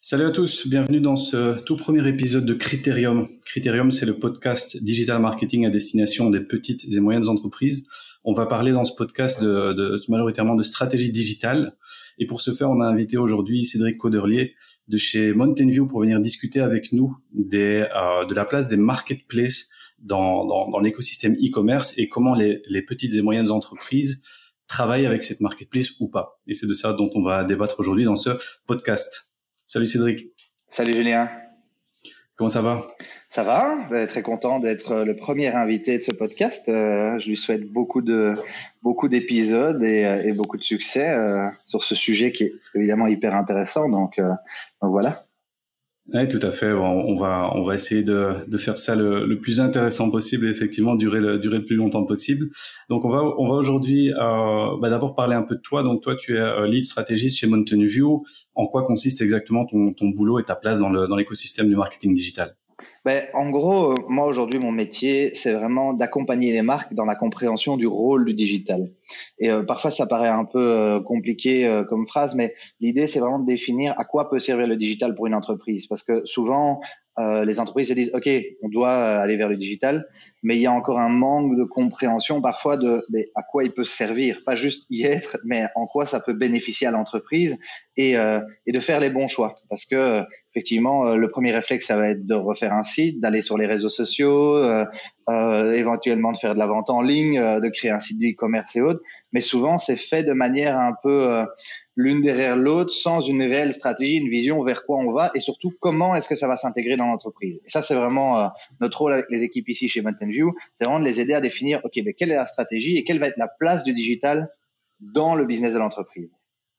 Salut à tous, bienvenue dans ce tout premier épisode de Critérium. Critérium, c'est le podcast digital marketing à destination des petites et moyennes entreprises. On va parler dans ce podcast majoritairement de stratégie digitale. Et pour ce faire, on a invité aujourd'hui Cédric Cauderlier de chez Mountain View pour venir discuter avec nous de la place des marketplaces dans l'écosystème e-commerce et comment les petites et moyennes entreprises travaillent avec cette marketplace ou pas. Et c'est de ça dont on va débattre aujourd'hui dans ce podcast. Salut Cédric. Salut Julien. Comment ça va? Ça va, très content d'être le premier invité de ce podcast. Je lui souhaite beaucoup d'épisodes et beaucoup de succès sur ce sujet qui est évidemment hyper intéressant. Donc voilà. Oui, tout à fait. On va essayer de faire ça le plus intéressant possible et effectivement durer le plus longtemps possible. Donc on va aujourd'hui d'abord parler un peu de toi. Donc toi, tu es lead stratégiste chez Mountain View. En quoi consiste exactement ton boulot et ta place dans l'écosystème du marketing digital? En gros, moi aujourd'hui, mon métier, c'est vraiment d'accompagner les marques dans la compréhension du rôle du digital. Et parfois, ça paraît un peu compliqué comme phrase, mais l'idée, c'est vraiment de définir à quoi peut servir le digital pour une entreprise. Parce que souvent, les entreprises se disent, OK, on doit aller vers le digital, mais il y a encore un manque de compréhension parfois à quoi il peut servir, pas juste y être, mais en quoi ça peut bénéficier à l'entreprise et de faire les bons choix. Parce que effectivement, le premier réflexe, ça va être de refaire un site, d'aller sur les réseaux sociaux, éventuellement de faire de la vente en ligne, de créer un site de e-commerce et autres. Mais souvent, c'est fait de manière un peu l'une derrière l'autre, sans une réelle stratégie, une vision vers quoi on va et surtout comment est-ce que ça va s'intégrer dans l'entreprise. Et ça, c'est vraiment notre rôle avec les équipes ici chez Mountain View, c'est vraiment de les aider à définir, OK, mais quelle est la stratégie et quelle va être la place du digital dans le business de l'entreprise.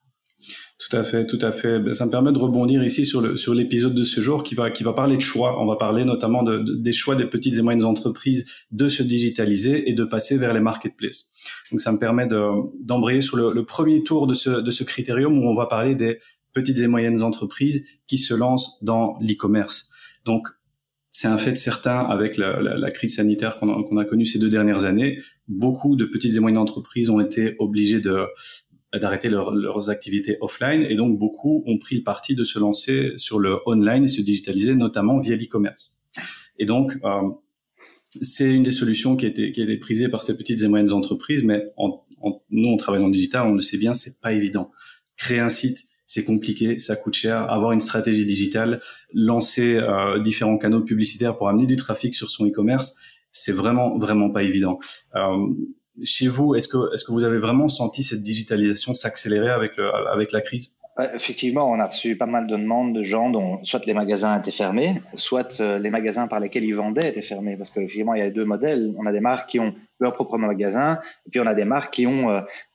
Tout à fait, tout à fait. Ça me permet de rebondir ici sur l'épisode de ce jour qui va parler de choix. On va parler notamment des choix des petites et moyennes entreprises de se digitaliser et de passer vers les marketplaces. Donc ça me permet d'embrayer sur le premier tour de ce critérium où on va parler des petites et moyennes entreprises qui se lancent dans l'e-commerce. Donc c'est un fait certain avec la crise sanitaire qu'on a connue ces 2 dernières années. Beaucoup de petites et moyennes entreprises ont été obligées d'arrêter leurs activités offline et donc beaucoup ont pris le parti de se lancer sur le online et se digitaliser notamment via l'e-commerce. Et donc c'est une des solutions qui a été prisée par ces petites et moyennes entreprises, mais nous on travaille dans le digital, on le sait bien, c'est pas évident. Créer un site, c'est compliqué, ça coûte cher. Avoir une stratégie digitale, lancer différents canaux publicitaires pour amener du trafic sur son e-commerce, c'est vraiment pas évident. Chez vous, est-ce que vous avez vraiment senti cette digitalisation s'accélérer avec la crise? Effectivement, on a reçu pas mal de demandes de gens dont soit les magasins étaient fermés, soit les magasins par lesquels ils vendaient étaient fermés. Parce que finalement, il y a 2 modèles. On a des marques qui ont leur propre magasin, et puis on a des marques qui ont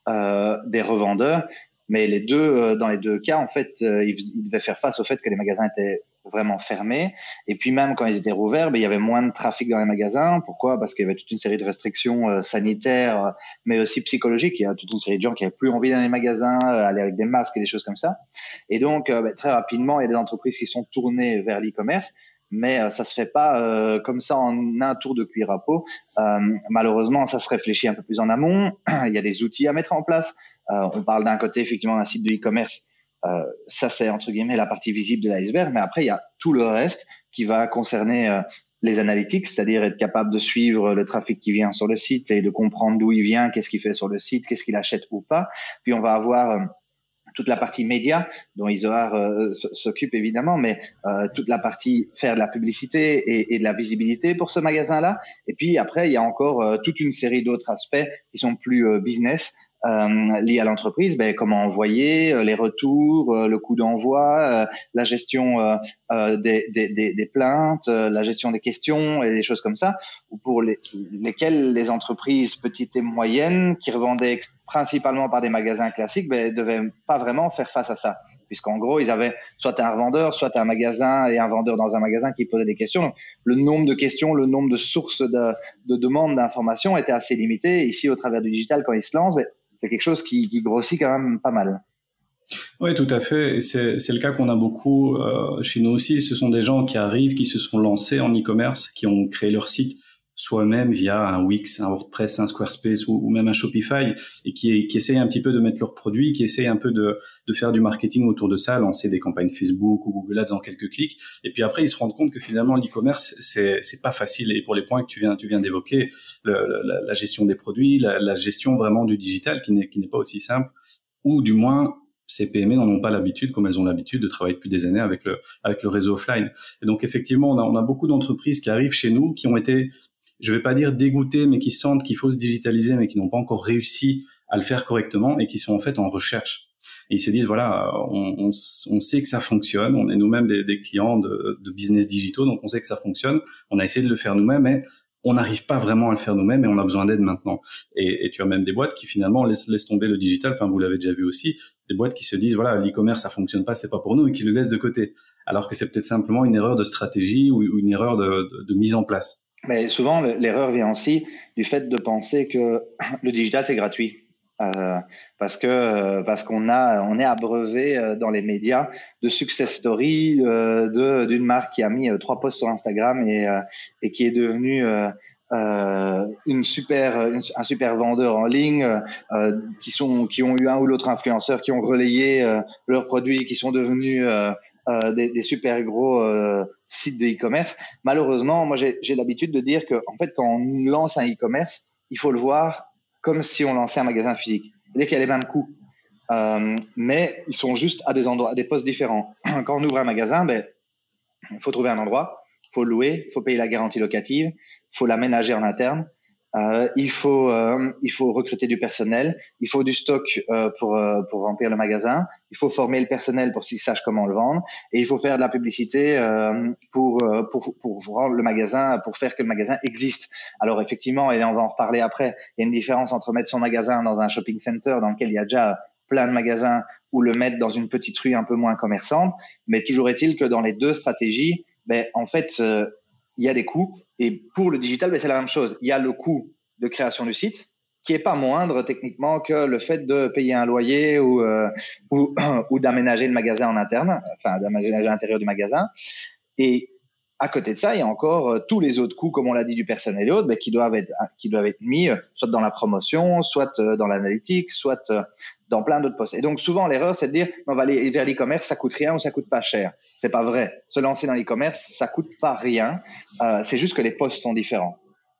des revendeurs. Mais dans les deux cas, en fait, ils devaient faire face au fait que les magasins étaient vraiment fermés. Et puis même quand ils étaient rouverts, il y avait moins de trafic dans les magasins. Pourquoi? Parce qu'il y avait toute une série de restrictions sanitaires, mais aussi psychologiques. Il y a toute une série de gens qui avaient plus envie d'aller dans les magasins, aller avec des masques et des choses comme ça. Et donc, très rapidement, il y a des entreprises qui sont tournées vers l'e-commerce. Mais ça se fait pas comme ça en un tour de cuir à peau. Malheureusement, ça se réfléchit un peu plus en amont. Il y a des outils à mettre en place. On parle d'un côté effectivement d'un site de e-commerce. Ça, c'est entre guillemets la partie visible de l'iceberg. Mais après, il y a tout le reste qui va concerner les analytics, c'est-à-dire être capable de suivre le trafic qui vient sur le site et de comprendre d'où il vient, qu'est-ce qu'il fait sur le site, qu'est-ce qu'il achète ou pas. Puis on va avoir toute la partie média dont Isoar s'occupe évidemment, mais toute la partie faire de la publicité et de la visibilité pour ce magasin-là. Et puis après, il y a encore toute une série d'autres aspects qui sont plus business, liés à l'entreprise, comment envoyer, les retours, le coût d'envoi, la gestion des plaintes, la gestion des questions et des choses comme ça, ou pour lesquelles les entreprises petites et moyennes qui revendaient principalement par des magasins classiques, devaient pas vraiment faire face à ça, puisqu'en gros ils avaient soit un revendeur, soit un magasin et un vendeur dans un magasin qui posait des questions. Donc, le nombre de questions, le nombre de sources de demandes d'informations était assez limité. Ici, au travers du digital, quand ils se lancent, c'est quelque chose qui grossit quand même pas mal. Oui, tout à fait. Et c'est le cas qu'on a beaucoup chez nous aussi. Ce sont des gens qui arrivent, qui se sont lancés en e-commerce, qui ont créé leur site soi-même via un Wix, un WordPress, un Squarespace ou même un Shopify, et qui essayent un petit peu de mettre leurs produits, qui essayent un peu de faire du marketing autour de ça, lancer des campagnes Facebook ou Google Ads en quelques clics. Et puis après, ils se rendent compte que finalement, l'e-commerce, c'est pas facile. Et pour les points que tu viens d'évoquer, la gestion des produits, la gestion vraiment du digital, qui n'est pas aussi simple, ou du moins, ces PME n'en ont pas l'habitude, comme elles ont l'habitude de travailler depuis des années avec le réseau offline. Et donc, effectivement, on a beaucoup d'entreprises qui arrivent chez nous, qui ont été, je vais pas dire dégoûtées, mais qui sentent qu'il faut se digitaliser, mais qui n'ont pas encore réussi à le faire correctement et qui sont en fait en recherche. Et ils se disent, voilà, on sait que ça fonctionne, on est nous-mêmes des clients de business digitaux, donc on sait que ça fonctionne, on a essayé de le faire nous-mêmes, mais on n'arrive pas vraiment à le faire nous-mêmes et on a besoin d'aide maintenant. Et tu as même des boîtes qui finalement laissent tomber le digital, enfin vous l'avez déjà vu aussi, des boîtes qui se disent, voilà, l'e-commerce ça fonctionne pas, c'est pas pour nous, et qui le laissent de côté. Alors que c'est peut-être simplement une erreur de stratégie ou une erreur de mise en place. Mais souvent, l'erreur vient aussi du fait de penser que le digital c'est gratuit. Parce qu'on est abreuvé dans les médias de success stories d'une marque qui a mis 3 posts sur Instagram et qui est devenue un super vendeur en ligne, qui ont eu un ou l'autre influenceur qui ont relayé leurs produits, qui sont devenus des super gros sites de e-commerce. Malheureusement, moi j'ai l'habitude de dire que en fait quand on lance un e-commerce, il faut le voir comme si on lançait un magasin physique. C'est-à-dire qu'il y a les mêmes coûts, mais ils sont juste à des endroits, à des postes différents. Quand on ouvre un magasin, il faut trouver un endroit, il faut louer, il faut payer la garantie locative, il faut l'aménager en interne, il faut recruter du personnel, il faut du stock pour remplir le magasin, il faut former le personnel pour qu'ils sachent comment le vendre, et il faut faire de la publicité pour rendre le magasin, pour faire que le magasin existe. Alors effectivement, et on va en reparler après, il y a une différence entre mettre son magasin dans un shopping center dans lequel il y a déjà plein de magasins ou le mettre dans une petite rue un peu moins commerçante, mais toujours est-il que dans les deux stratégies, en fait il y a des coûts, et pour le digital, c'est la même chose. Il y a le coût de création du site, qui est pas moindre techniquement que le fait de payer un loyer ou d'aménager le magasin en interne, enfin d'aménager l'intérieur du magasin. Et à côté de ça, il y a encore tous les autres coûts, comme on l'a dit, du personnel et autres, qui doivent être mis soit dans la promotion, soit dans l'analytique, soit dans plein d'autres postes. Et donc souvent l'erreur, c'est de dire on va aller vers l'e-commerce, ça coûte rien ou ça coûte pas cher. C'est pas vrai. Se lancer dans l'e-commerce, ça coûte pas rien. C'est juste que les postes sont différents.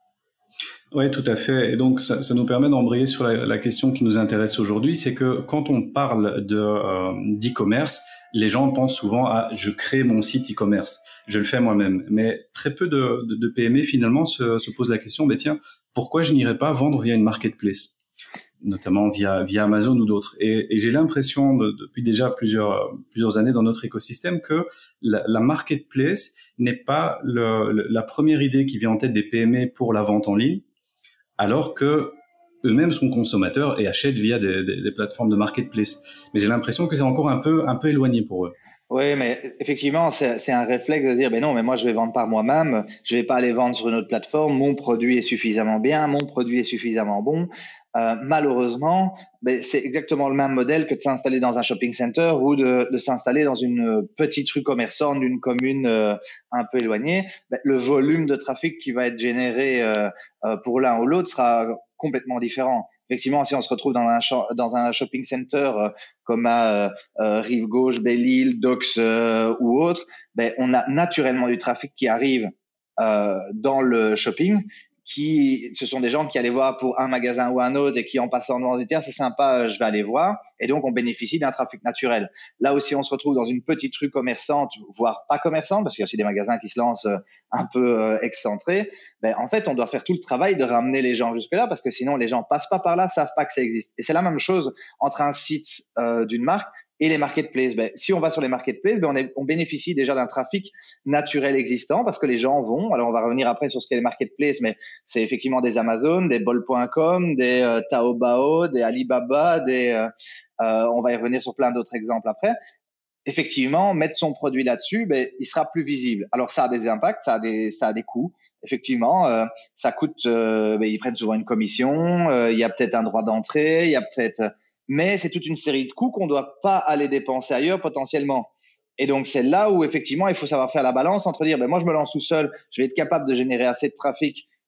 Oui, tout à fait. Et donc, ça nous permet d'embrayer sur la question qui nous intéresse aujourd'hui, c'est que quand on parle d'e-commerce, les gens pensent souvent à « je crée mon site e-commerce, je le fais moi-même ». Mais très peu de PME finalement se posent la question « tiens, pourquoi je n'irais pas vendre via une marketplace ?» notamment via Amazon ou d'autres. Et j'ai l'impression depuis déjà plusieurs années dans notre écosystème que la marketplace n'est pas la première idée qui vient en tête des PME pour la vente en ligne, alors que eux-mêmes sont consommateurs et achètent via des plateformes de marketplace. Mais j'ai l'impression que c'est encore un peu éloigné pour eux. Oui, mais effectivement, c'est un réflexe de dire, non, mais moi, je vais vendre par moi-même, je vais pas aller vendre sur une autre plateforme, mon produit est suffisamment bien, mon produit est suffisamment bon. Malheureusement, c'est exactement le même modèle que de s'installer dans un shopping center ou de s'installer dans une petite rue commerçante d'une commune un peu éloignée. Le volume de trafic qui va être généré pour l'un ou l'autre sera complètement différent. Effectivement, si on se retrouve dans un shopping center comme à Rive Gauche, Belle-Île, Docks ou autre, on a naturellement du trafic qui arrive dans le shopping. Ce sont des gens qui allaient voir pour un magasin ou un autre et qui en passant devant du tiens, c'est sympa, je vais aller voir. Et donc, on bénéficie d'un trafic naturel. Là aussi, on se retrouve dans une petite rue commerçante, voire pas commerçante, parce qu'il y a aussi des magasins qui se lancent un peu excentrés. En fait, on doit faire tout le travail de ramener les gens jusque-là, parce que sinon, les gens passent pas par là, savent pas que ça existe. Et c'est la même chose entre un site d'une marque et les marketplaces. Si on va sur les marketplaces, on bénéficie déjà d'un trafic naturel existant parce que les gens vont. Alors, on va revenir après sur ce qu'est les marketplaces, mais c'est effectivement des Amazon, des Bol.com, des Taobao, des Alibaba, on va y revenir sur plein d'autres exemples après. Effectivement, mettre son produit là-dessus, il sera plus visible. Alors, ça a des impacts, ça a des coûts. Effectivement, ça coûte, ils prennent souvent une commission, il y a peut-être un droit d'entrée, il y a peut-être... Mais c'est toute une série de coûts qu'on ne doit pas aller dépenser ailleurs potentiellement. Et donc, c'est là où, effectivement, il faut savoir faire la balance entre dire, moi, je me lance tout seul, je vais être capable de générer assez de trafic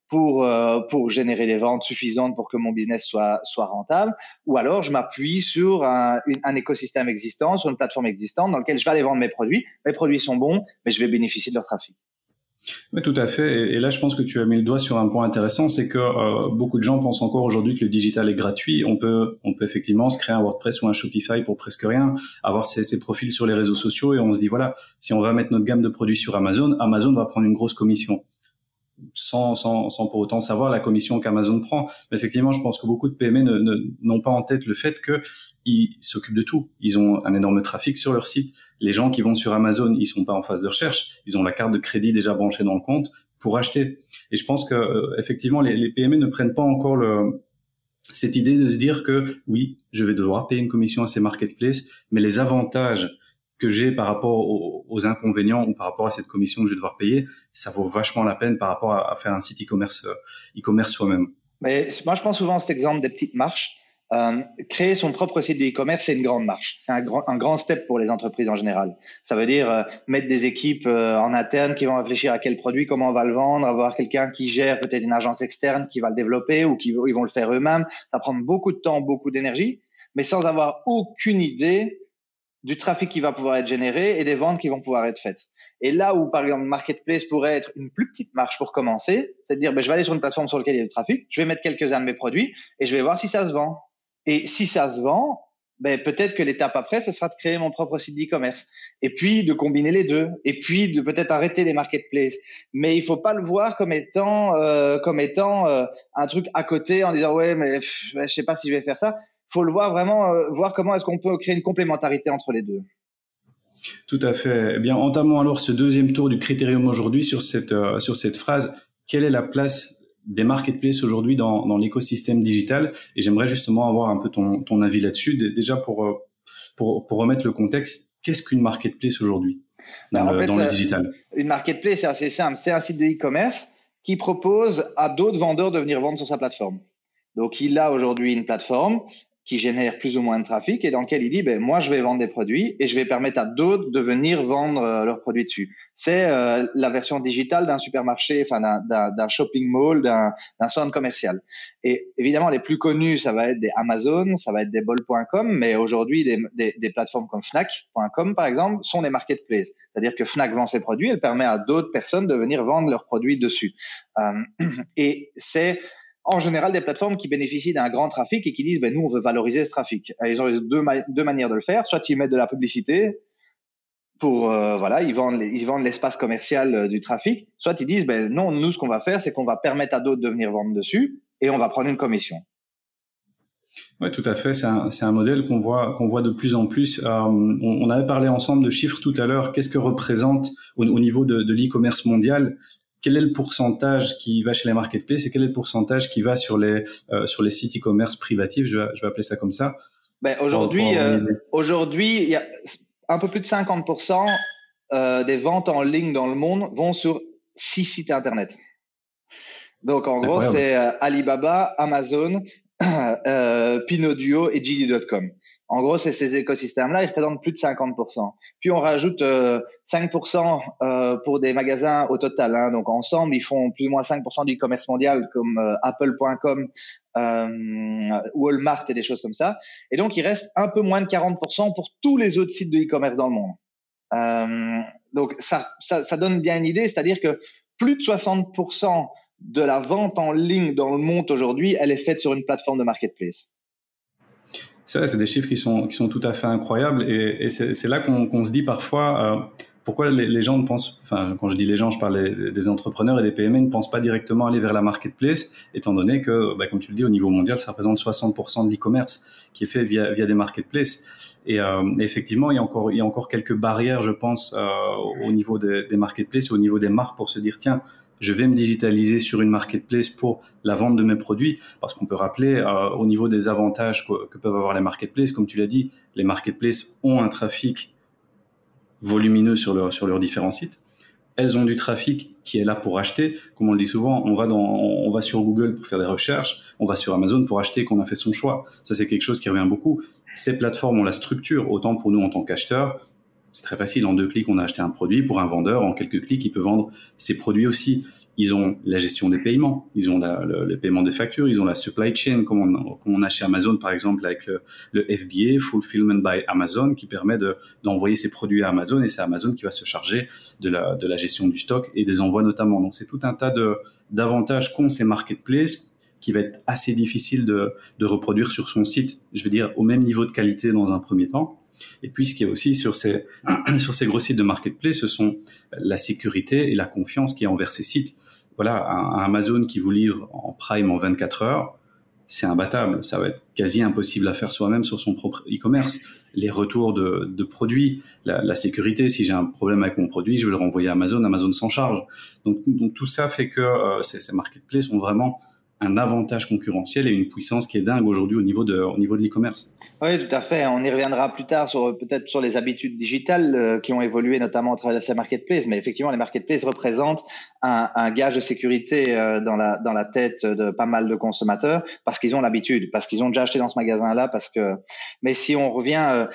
pour générer des ventes suffisantes pour que mon business soit rentable, ou alors je m'appuie sur un écosystème existant, sur une plateforme existante dans lequel je vais aller vendre mes produits. Mes produits sont bons, mais je vais bénéficier de leur trafic. Oui, tout à fait. Et là, je pense que tu as mis le doigt sur un point intéressant, c'est que beaucoup de gens pensent encore aujourd'hui que le digital est gratuit. On peut effectivement se créer un WordPress ou un Shopify pour presque rien, avoir ses profils sur les réseaux sociaux et on se dit voilà, si on va mettre notre gamme de produits sur Amazon, Amazon va prendre une grosse commission. Sans pour autant savoir la commission qu'Amazon prend. Mais effectivement, je pense que beaucoup de PME n'ont pas en tête le fait qu'ils s'occupent de tout. Ils ont un énorme trafic sur leur site. Les gens qui vont sur Amazon, ils sont pas en phase de recherche. Ils ont la carte de crédit déjà branchée dans le compte pour acheter. Et je pense que effectivement, les PME ne prennent pas encore cette idée de se dire que oui, je vais devoir payer une commission à ces marketplaces, mais les avantages que j'ai par rapport aux inconvénients ou par rapport à cette commission que je vais devoir payer, ça vaut vachement la peine par rapport à faire un site e-commerce soi-même. Mais moi, je prends souvent cet exemple des petites marches. Créer son propre site de e-commerce, c'est une grande marche. C'est un grand step pour les entreprises en général. Ça veut dire mettre des équipes en interne qui vont réfléchir à quel produit, comment on va le vendre, avoir quelqu'un qui gère peut-être une agence externe qui va le développer ou ils vont le faire eux-mêmes. Ça va prendre beaucoup de temps, beaucoup d'énergie, mais sans avoir aucune idée du trafic qui va pouvoir être généré et des ventes qui vont pouvoir être faites. Et là où, par exemple, Marketplace pourrait être une plus petite marche pour commencer, c'est de dire, je vais aller sur une plateforme sur laquelle il y a du trafic, je vais mettre quelques-uns de mes produits et je vais voir si ça se vend. Et si ça se vend, peut-être que l'étape après, ce sera de créer mon propre site d'e-commerce. Et puis, de combiner les deux. Et puis, de peut-être arrêter les marketplaces. Mais il faut pas le voir comme étant un truc à côté en disant, ouais, mais je sais pas si je vais faire ça. Faut le voir vraiment, voir comment est-ce qu'on peut créer une complémentarité entre les deux. Tout à fait. Eh bien, entamons alors ce deuxième tour du critérium aujourd'hui sur cette phrase. Quelle est la place des marketplaces aujourd'hui dans l'écosystème digital? Et j'aimerais justement avoir un peu ton avis là-dessus. Déjà pour remettre le contexte, qu'est-ce qu'une marketplace aujourd'hui dans le digital? Une marketplace, c'est assez simple. C'est un site de e-commerce qui propose à d'autres vendeurs de venir vendre sur sa plateforme. Donc, il a aujourd'hui une plateforme qui génère plus ou moins de trafic et dans lequel il dit, moi, je vais vendre des produits et je vais permettre à d'autres de venir vendre leurs produits dessus. C'est la version digitale d'un supermarché, enfin d'un shopping mall, d'un centre commercial. Et évidemment, les plus connus, ça va être des Amazon, ça va être des bol.com, mais aujourd'hui, des plateformes comme Fnac.com, par exemple, sont des marketplaces. C'est-à-dire que Fnac vend ses produits, elle permet à d'autres personnes de venir vendre leurs produits dessus. Et c'est en général des plateformes qui bénéficient d'un grand trafic et qui disent nous on veut valoriser ce trafic. Ils ont deux manières de le faire, soit ils mettent de la publicité pour ils vendent l'espace commercial du trafic, soit ils disent non, nous ce qu'on va faire c'est qu'on va permettre à d'autres de venir vendre dessus et on va prendre une commission. Oui, tout à fait. C'est un modèle qu'on voit de plus en plus. On avait parlé ensemble de chiffres tout à l'heure. Qu'est-ce que représente au niveau de l'e-commerce mondial? Quel est le pourcentage qui va chez les marketplaces et quel est le pourcentage qui va sur les sites e-commerce privatifs, je vais appeler ça comme ça. Aujourd'hui, il y a un peu plus de 50% des ventes en ligne dans le monde vont sur 6 sites internet. Donc en gros, c'est Alibaba, Amazon, Pinduoduo et JD.com. En gros, c'est ces écosystèmes-là, ils représentent plus de 50%. Puis on rajoute 5% pour des magasins au total. Donc ensemble, ils font plus ou moins 5% du e-commerce mondial, comme Apple.com, Walmart et des choses comme ça. Et donc, il reste un peu moins de 40% pour tous les autres sites de e-commerce dans le monde. Donc ça donne bien une idée, c'est-à-dire que plus de 60% de la vente en ligne dans le monde aujourd'hui, elle est faite sur une plateforme de marketplace. C'est des chiffres qui sont tout à fait incroyables et c'est là qu'on se dit parfois pourquoi les gens ne pensent, enfin quand je dis les gens, je parle des entrepreneurs et des PME ne pensent pas directement aller vers la marketplace, étant donné que, comme tu le dis, au niveau mondial, ça représente 60% de l'e-commerce qui est fait via des marketplaces. Et effectivement, il y a encore quelques barrières, je pense, au niveau des marketplaces, au niveau des marques pour se dire tiens, je vais me digitaliser sur une marketplace pour la vente de mes produits, parce qu'on peut rappeler au niveau des avantages que peuvent avoir les marketplaces, comme tu l'as dit, les marketplaces ont un trafic volumineux sur leurs différents sites. Elles ont du trafic qui est là pour acheter. Comme on le dit souvent, on va sur Google pour faire des recherches, on va sur Amazon pour acheter quand on a fait son choix. Ça, c'est quelque chose qui revient beaucoup. Ces plateformes ont la structure, autant pour nous en tant qu'acheteurs. C'est très facile, en 2 clics, on a acheté un produit. Pour un vendeur, en quelques clics, il peut vendre ses produits aussi. Ils ont la gestion des paiements, ils ont le paiement des factures, ils ont la supply chain, comme on a chez Amazon par exemple avec le FBA, Fulfillment by Amazon, qui permet d'envoyer ses produits à Amazon, et c'est Amazon qui va se charger de la gestion du stock et des envois notamment. Donc c'est tout un tas d'avantages qu'ont ces marketplaces qui va être assez difficile de reproduire sur son site, je veux dire au même niveau de qualité dans un premier temps. Et puis, ce qui est aussi sur ces gros sites de marketplace, ce sont la sécurité et la confiance qu'il y a envers ces sites. Voilà, un Amazon qui vous livre en Prime en 24 heures, c'est imbattable. Ça va être quasi impossible à faire soi-même sur son propre e-commerce. Les retours de produits, la sécurité, si j'ai un problème avec mon produit, je vais le renvoyer à Amazon, Amazon s'en charge. Donc tout ça fait que ces marketplaces ont vraiment un avantage concurrentiel et une puissance qui est dingue aujourd'hui au niveau de l'e-commerce. Oui, tout à fait. On y reviendra plus tard peut-être sur les habitudes digitales qui ont évolué notamment à travers ces marketplaces. Mais effectivement, les marketplaces représentent un gage de sécurité dans la tête de pas mal de consommateurs parce qu'ils ont l'habitude, parce qu'ils ont déjà acheté dans ce magasin-là. Mais si on revient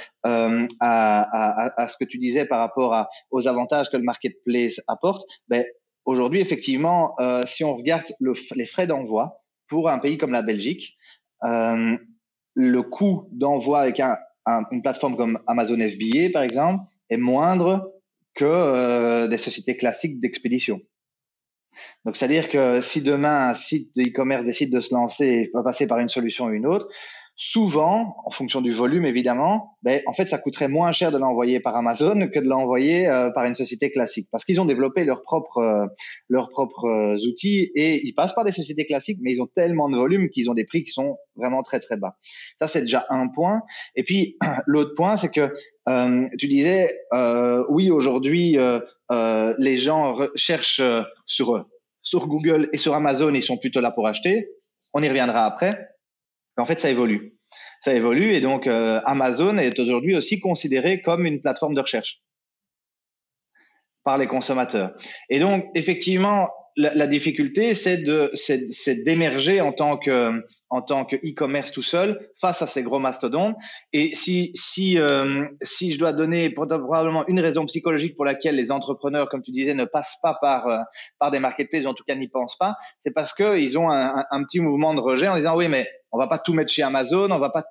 à ce que tu disais par rapport aux avantages que le marketplace apporte, ben aujourd'hui, effectivement, si on regarde les frais d'envoi pour un pays comme la Belgique, le coût d'envoi avec une plateforme comme Amazon FBA, par exemple, est moindre que des sociétés classiques d'expédition. Donc, c'est-à-dire que si demain un site de e-commerce décide de se lancer et va passer par une solution ou une autre, souvent, en fonction du volume évidemment, en fait, ça coûterait moins cher de l'envoyer par Amazon que de l'envoyer par une société classique, parce qu'ils ont développé leurs propres outils et ils passent par des sociétés classiques, mais ils ont tellement de volume qu'ils ont des prix qui sont vraiment très très bas. Ça, c'est déjà un point. Et puis l'autre point, c'est que tu disais oui, aujourd'hui les gens cherchent sur Google et sur Amazon, ils sont plutôt là pour acheter. On y reviendra après. En fait, ça évolue. Ça évolue et donc Amazon est aujourd'hui aussi considéré comme une plateforme de recherche par les consommateurs. Et donc, effectivement, la difficulté, c'est d'émerger en tant que e-commerce tout seul face à ces gros mastodontes. Et si je dois donner probablement une raison psychologique pour laquelle les entrepreneurs, comme tu disais, ne passent pas par des marketplaces, ou en tout cas n'y pensent pas, c'est parce que ils ont un petit mouvement de rejet en disant oui, mais on va pas tout mettre chez Amazon, on va pas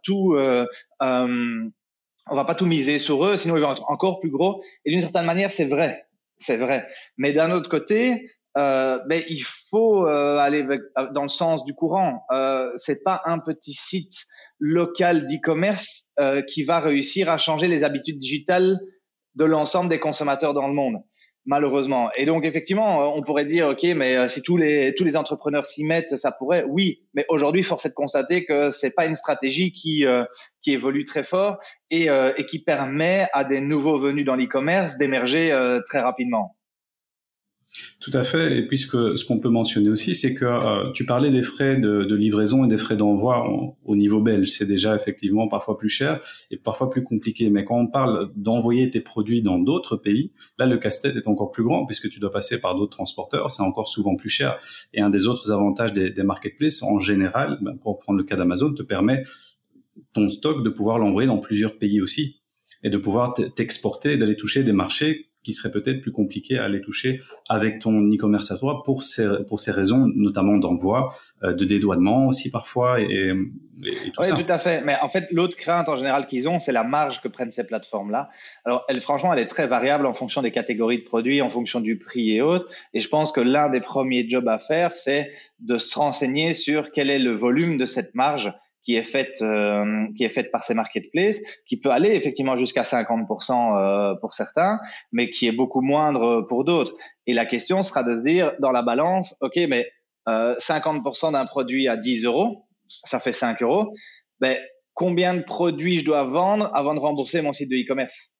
tout miser sur eux, sinon ils vont être encore plus gros. Et d'une certaine manière, c'est vrai. Mais d'un autre côté, il faut aller dans le sens du courant. C'est pas un petit site local d'e-commerce qui va réussir à changer les habitudes digitales de l'ensemble des consommateurs dans le monde, malheureusement. Et donc effectivement, on pourrait dire ok, mais si tous les entrepreneurs s'y mettent, ça pourrait. Oui, mais aujourd'hui, force est de constater que c'est pas une stratégie qui évolue très fort et qui permet à des nouveaux venus dans l'e-commerce d'émerger très rapidement. Tout à fait. Et puis ce qu'on peut mentionner aussi, c'est que tu parlais des frais de livraison et des frais d'envoi au niveau belge. C'est déjà effectivement parfois plus cher et parfois plus compliqué. Mais quand on parle d'envoyer tes produits dans d'autres pays, là le casse-tête est encore plus grand puisque tu dois passer par d'autres transporteurs. C'est encore souvent plus cher. Et un des autres avantages des marketplaces, en général, pour prendre le cas d'Amazon, te permet ton stock de pouvoir l'envoyer dans plusieurs pays aussi et de pouvoir t'exporter et d'aller toucher des marchés qui serait peut-être plus compliqué à aller toucher avec ton e-commerce à toi pour ces raisons, notamment d'envoi, de dédouanement aussi parfois et tout ça. Oui, tout à fait. Mais en fait, l'autre crainte en général qu'ils ont, c'est la marge que prennent ces plateformes-là. Alors, franchement, elle est très variable en fonction des catégories de produits, en fonction du prix et autres. Et je pense que l'un des premiers jobs à faire, c'est de se renseigner sur quel est le volume de cette marge qui est faite par ces marketplaces, qui peut aller effectivement jusqu'à 50% pour certains, mais qui est beaucoup moindre pour d'autres. Et la question sera de se dire dans la balance, ok, mais 50% d'un produit à 10 euros, ça fait 5 euros. Combien de produits je dois vendre avant de rembourser mon site de e-commerce?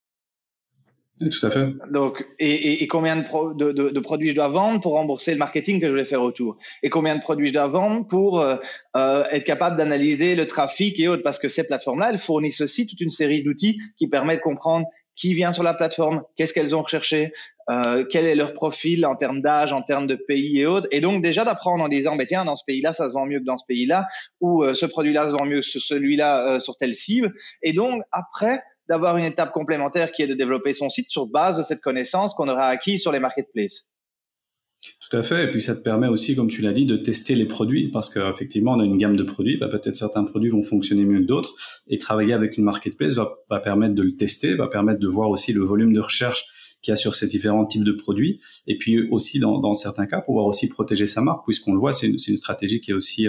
Oui, tout à fait. Donc, et combien de produits je dois vendre pour rembourser le marketing que je vais faire autour? Et combien de produits je dois vendre pour être capable d'analyser le trafic et autres? Parce que ces plateformes-là, elles fournissent aussi toute une série d'outils qui permettent de comprendre qui vient sur la plateforme, qu'est-ce qu'elles ont recherché, quel est leur profil en termes d'âge, en termes de pays et autres. Et donc déjà d'apprendre en disant, tiens, dans ce pays-là, ça se vend mieux que dans ce pays-là, ou ce produit-là se vend mieux que celui-là sur telle cible. Et donc après, d'avoir une étape complémentaire qui est de développer son site sur base de cette connaissance qu'on aura acquis sur les marketplaces. Tout à fait. Et puis ça te permet aussi, comme tu l'as dit, de tester les produits parce qu'effectivement, on a une gamme de produits. Peut-être certains produits vont fonctionner mieux que d'autres. Et travailler avec une marketplace va permettre de le tester, va permettre de voir aussi le volume de recherche qu'il y a sur ces différents types de produits. Et puis aussi, dans certains cas, pouvoir aussi protéger sa marque, puisqu'on le voit, c'est une stratégie qui est aussi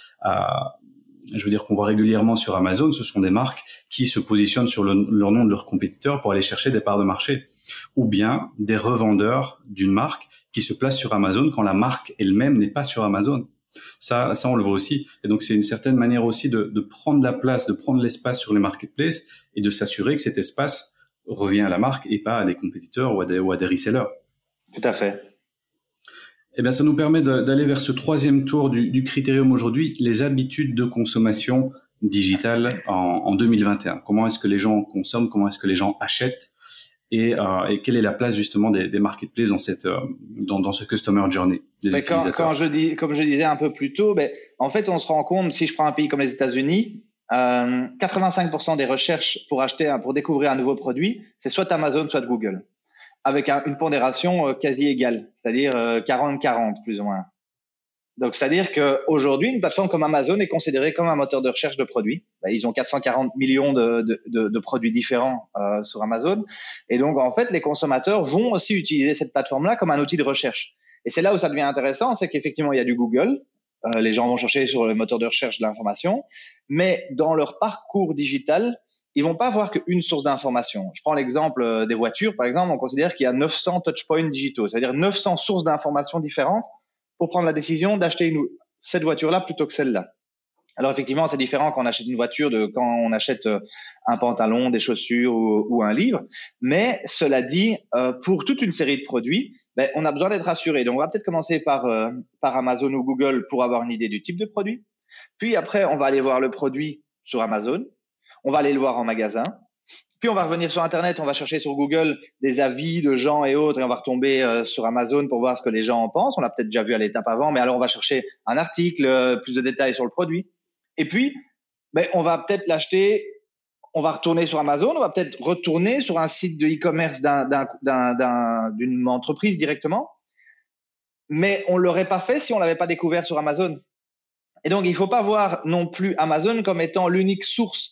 je veux dire qu'on voit régulièrement sur Amazon, ce sont des marques qui se positionnent sur leur nom de leurs compétiteurs pour aller chercher des parts de marché. Ou bien des revendeurs d'une marque qui se placent sur Amazon quand la marque elle-même n'est pas sur Amazon. Ça, on le voit aussi. Et donc, c'est une certaine manière aussi de prendre la place, de prendre l'espace sur les marketplaces et de s'assurer que cet espace revient à la marque et pas à des compétiteurs ou à des resellers. Tout à fait. Eh bien, ça nous permet d'aller vers ce troisième tour du critérium aujourd'hui, les habitudes de consommation digitale en 2021. Comment est-ce que les gens consomment? Comment est-ce que les gens achètent? Et quelle est la place justement des marketplaces dans ce customer journey des utilisateurs? Comme je disais un peu plus tôt, en fait, on se rend compte, si je prends un pays comme les États-Unis, 85% des recherches pour découvrir un nouveau produit, c'est soit Amazon, soit Google, avec une pondération quasi égale, c'est-à-dire 40-40 plus ou moins. Donc, c'est-à-dire qu'aujourd'hui, une plateforme comme Amazon est considérée comme un moteur de recherche de produits. Ils ont 440 millions de produits différents sur Amazon. Et donc, en fait, les consommateurs vont aussi utiliser cette plateforme-là comme un outil de recherche. Et c'est là où ça devient intéressant, c'est qu'effectivement, il y a du Google. Les gens vont chercher sur le moteur de recherche de l'information. Mais dans leur parcours digital, ils vont pas avoir qu'une source d'information. Je prends l'exemple des voitures, par exemple. On considère qu'il y a 900 touchpoints digitaux, c'est-à-dire 900 sources d'informations différentes pour prendre la décision d'acheter cette voiture-là plutôt que celle-là. Alors effectivement, c'est différent quand on achète une voiture de quand on achète un pantalon, des chaussures ou un livre. Mais cela dit, pour toute une série de produits, on a besoin d'être rassuré. Donc on va peut-être commencer par Amazon ou Google pour avoir une idée du type de produit. Puis après, on va aller voir le produit sur Amazon. On va aller le voir en magasin. Puis on va revenir sur Internet, on va chercher sur Google des avis de gens et autres et on va retomber sur Amazon pour voir ce que les gens en pensent. On l'a peut-être déjà vu à l'étape avant, mais alors on va chercher un article, plus de détails sur le produit. Et puis, on va peut-être l'acheter, on va retourner sur Amazon, on va peut-être retourner sur un site de e-commerce d'une entreprise directement, mais on l'aurait pas fait si on l'avait pas découvert sur Amazon. Et donc, il faut pas voir non plus Amazon comme étant l'unique source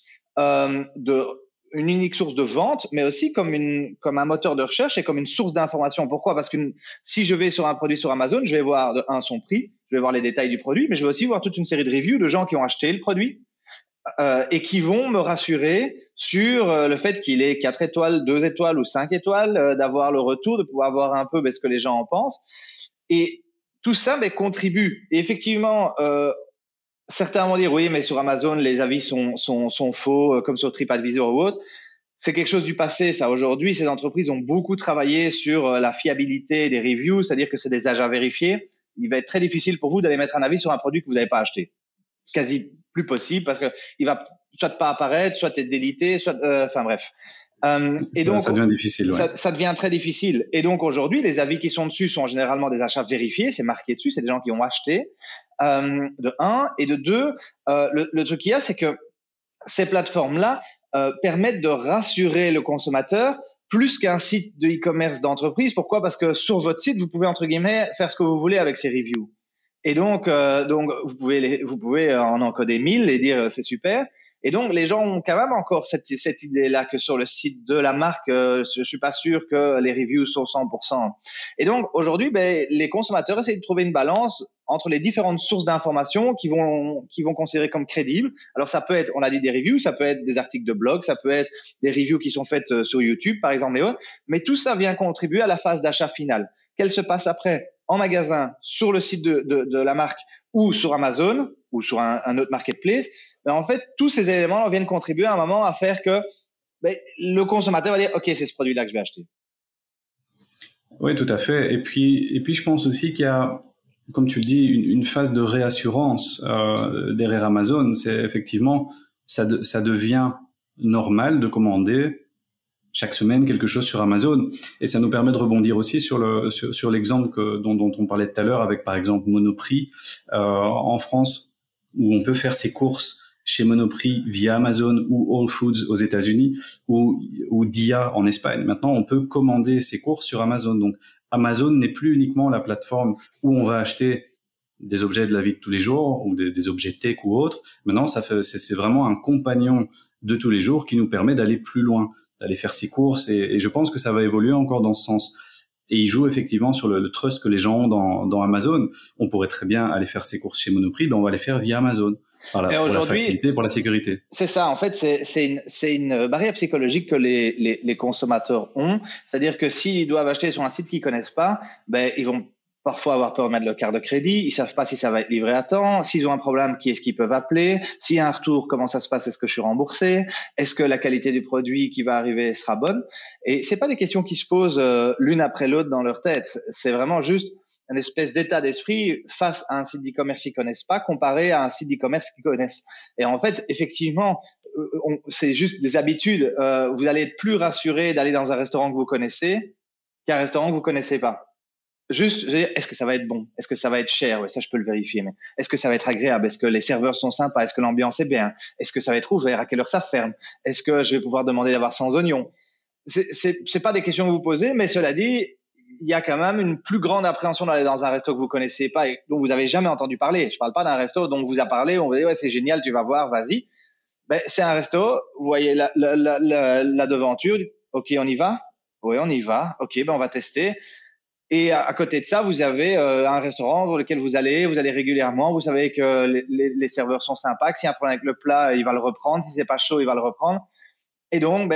une unique source de vente, mais aussi comme un moteur de recherche et comme une source d'information. Pourquoi? Parce que si je vais sur un produit sur Amazon, je vais voir son prix, je vais voir les détails du produit, mais je vais aussi voir toute une série de reviews de gens qui ont acheté le produit et qui vont me rassurer sur le fait qu'il est 4 étoiles, 2 étoiles ou 5 étoiles, d'avoir le retour, de pouvoir voir un peu ce que les gens en pensent. Et tout ça contribue. Et effectivement, certains vont dire oui, mais sur Amazon, les avis sont faux, comme sur TripAdvisor ou autre. C'est quelque chose du passé, ça. Aujourd'hui, ces entreprises ont beaucoup travaillé sur la fiabilité des reviews, c'est-à-dire que c'est des achats vérifiés. Il va être très difficile pour vous d'aller mettre un avis sur un produit que vous n'avez pas acheté. Quasi plus possible parce que il va soit pas apparaître, soit être délité, soit, enfin bref. Et donc, ça devient difficile. Ouais. Ça devient très difficile. Et donc aujourd'hui, les avis qui sont dessus sont généralement des achats vérifiés, c'est marqué dessus, c'est des gens qui ont acheté. De un et de deux, le truc qu'il y a, c'est que ces plateformes-là permettent de rassurer le consommateur plus qu'un site de e-commerce d'entreprise. Pourquoi? Parce que sur votre site, vous pouvez entre guillemets faire ce que vous voulez avec ces reviews. Et donc vous pouvez en encoder 1000 et dire c'est super. Et donc, les gens ont quand même encore cette idée-là que sur le site de la marque, je suis pas sûr que les reviews sont 100%. Et donc, aujourd'hui, les consommateurs essayent de trouver une balance entre les différentes sources d'informations qui vont considérer comme crédibles. Alors, ça peut être, on a dit des reviews, ça peut être des articles de blog, ça peut être des reviews qui sont faites sur YouTube, par exemple, et autres. Mais tout ça vient contribuer à la phase d'achat finale. Qu'elle se passe après en magasin, sur le site de la marque ou sur Amazon ou sur un autre marketplace. Mais en fait, tous ces éléments viennent contribuer à un moment à faire que le consommateur va dire « Ok, c'est ce produit-là que je vais acheter ». Oui, tout à fait. Et puis, je pense aussi qu'il y a, comme tu le dis, une phase de réassurance derrière Amazon. C'est effectivement, ça devient normal de commander chaque semaine quelque chose sur Amazon. Et ça nous permet de rebondir aussi sur l'exemple dont on parlait tout à l'heure avec, par exemple, Monoprix en France, où on peut faire ses courses chez Monoprix via Amazon ou Whole Foods aux États-Unis ou Dia en Espagne. Maintenant, on peut commander ses courses sur Amazon. Donc, Amazon n'est plus uniquement la plateforme où on va acheter des objets de la vie de tous les jours ou des objets tech ou autres. Maintenant, c'est vraiment un compagnon de tous les jours qui nous permet d'aller plus loin, d'aller faire ses courses et je pense que ça va évoluer encore dans ce sens. Et il joue effectivement sur le trust que les gens ont dans Amazon. On pourrait très bien aller faire ses courses chez Monoprix, on va les faire via Amazon. Pour la facilité, pour la sécurité. C'est ça, en fait, c'est une barrière psychologique que les consommateurs ont. C'est-à-dire que s'ils doivent acheter sur un site qu'ils connaissent pas, ils vont parfois avoir peur de mettre leur carte de crédit, ils savent pas si ça va être livré à temps, s'ils ont un problème, qui est-ce qu'ils peuvent appeler, s'il y a un retour, comment ça se passe, est-ce que je suis remboursé, est-ce que la qualité du produit qui va arriver sera bonne? Et c'est pas des questions qui se posent l'une après l'autre dans leur tête, c'est vraiment juste une espèce d'état d'esprit face à un site d'e-commerce qu'ils connaissent pas comparé à un site d'e-commerce qu'ils connaissent. Et en fait, effectivement, c'est juste des habitudes, vous allez être plus rassuré d'aller dans un restaurant que vous connaissez qu'un restaurant que vous connaissez pas. Juste, est-ce que ça va être bon? Est-ce que ça va être cher? Ouais, ça, je peux le vérifier. Mais est-ce que ça va être agréable? Est-ce que les serveurs sont sympas? Est-ce que l'ambiance est bien? Est-ce que ça va être ouvert? À quelle heure ça ferme? Est-ce que je vais pouvoir demander d'avoir sans oignons? C'est pas des questions que vous posez, mais cela dit, il y a quand même une plus grande appréhension d'aller dans un resto que vous connaissez pas et dont vous avez jamais entendu parler. Je parle pas d'un resto dont on vous a parlé, on vous dit, ouais, c'est génial, tu vas voir, vas-y. C'est un resto, vous voyez la devanture. OK, on y va? Oui, on y va. OK, on va tester. Et à côté de ça, vous avez un restaurant pour lequel vous allez régulièrement. Vous savez que les serveurs sont sympas, que s'il y a un problème avec le plat, il va le reprendre. Si c'est pas chaud, il va le reprendre. Et donc,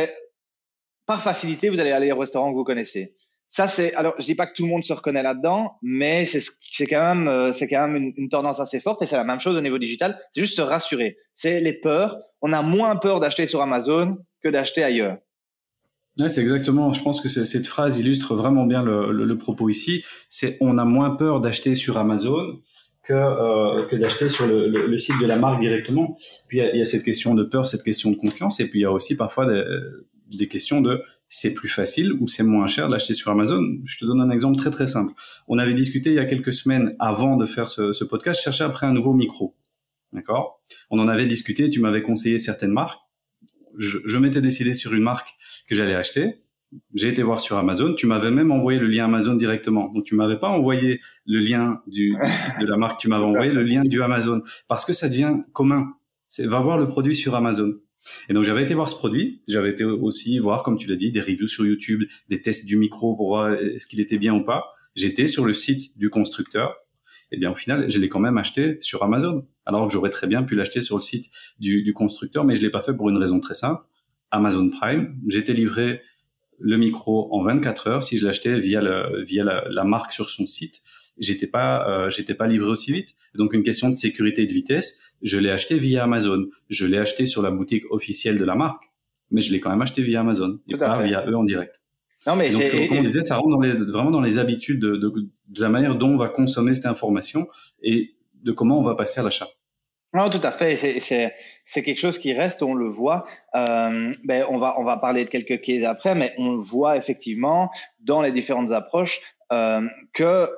par facilité, vous allez aller au restaurant que vous connaissez. Ça, alors, je dis pas que tout le monde se reconnaît là-dedans, mais c'est quand même une tendance assez forte et c'est la même chose au niveau digital. C'est juste se rassurer. C'est les peurs. On a moins peur d'acheter sur Amazon que d'acheter ailleurs. Ouais, c'est exactement. Je pense que cette phrase illustre vraiment bien le propos ici. C'est on a moins peur d'acheter sur Amazon que d'acheter sur le site de la marque directement. Puis il y a cette question de peur, cette question de confiance, et puis il y a aussi parfois des questions de c'est plus facile ou c'est moins cher d'acheter sur Amazon. Je te donne un exemple très très simple. On avait discuté il y a quelques semaines avant de faire ce podcast, je cherchais après un nouveau micro. D'accord? On en avait discuté, tu m'avais conseillé certaines marques. Je m'étais décidé sur une marque que j'allais acheter. J'ai été voir sur Amazon. Tu m'avais même envoyé le lien Amazon directement. Donc, tu m'avais pas envoyé le lien du site de la marque. Tu m'avais envoyé le lien du Amazon parce que ça devient commun. Va voir le produit sur Amazon. Et donc, j'avais été voir ce produit. J'avais été aussi voir, comme tu l'as dit, des reviews sur YouTube, des tests du micro pour voir est-ce qu'il était bien ou pas. J'étais sur le site du constructeur. Et bien, au final, je l'ai quand même acheté sur Amazon. Alors que j'aurais très bien pu l'acheter sur le site du constructeur, mais je l'ai pas fait pour une raison très simple. Amazon Prime, j'étais livré le micro en 24 heures. Si je l'achetais via la marque sur son site, j'étais pas livré aussi vite. Donc, une question de sécurité et de vitesse, je l'ai acheté via Amazon. Je l'ai acheté sur la boutique officielle de la marque, mais je l'ai quand même acheté via Amazon et pas via eux en direct. Non, mais donc, comme on disait, ça rentre vraiment dans les habitudes de la manière dont on va consommer cette information et de comment on va passer à l'achat. Non, tout à fait. C'est quelque chose qui reste, on le voit. On va parler de quelques cases après, mais on le voit effectivement dans les différentes approches que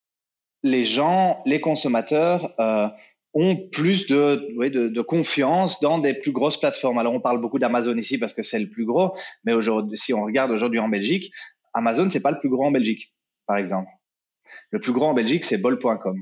les gens, les consommateurs ont plus de confiance dans des plus grosses plateformes. Alors, on parle beaucoup d'Amazon ici parce que c'est le plus gros, mais aujourd'hui, si on regarde aujourd'hui en Belgique, Amazon, c'est pas le plus gros en Belgique, par exemple. Le plus gros en Belgique, c'est bol.com.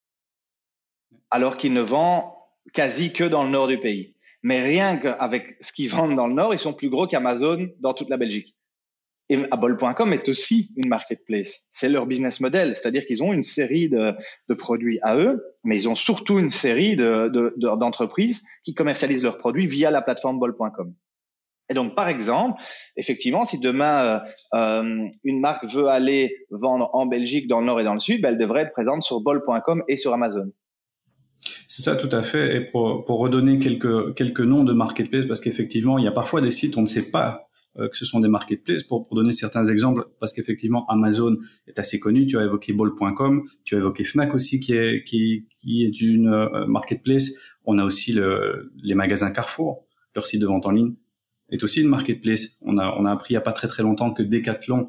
Alors qu'il ne vend quasi que dans le nord du pays. Mais rien qu'avec ce qu'ils vendent dans le nord, ils sont plus gros qu'Amazon dans toute la Belgique. Et bol.com est aussi une marketplace. C'est leur business model. C'est-à-dire qu'ils ont une série de produits à eux, mais ils ont surtout une série d'entreprises qui commercialisent leurs produits via la plateforme bol.com. Et donc, par exemple, effectivement, si demain, une marque veut aller vendre en Belgique, dans le nord et dans le sud, elle devrait être présente sur bol.com et sur Amazon. C'est ça, tout à fait. Et pour redonner quelques noms de marketplaces, parce qu'effectivement, il y a parfois des sites, on ne sait pas que ce sont des marketplaces. Pour donner certains exemples, parce qu'effectivement, Amazon est assez connu. Tu as évoqué bol.com, tu as évoqué Fnac aussi, qui est une marketplace. On a aussi les magasins Carrefour, leur site de vente en ligne est aussi une marketplace. On a appris il y a pas très très longtemps que Decathlon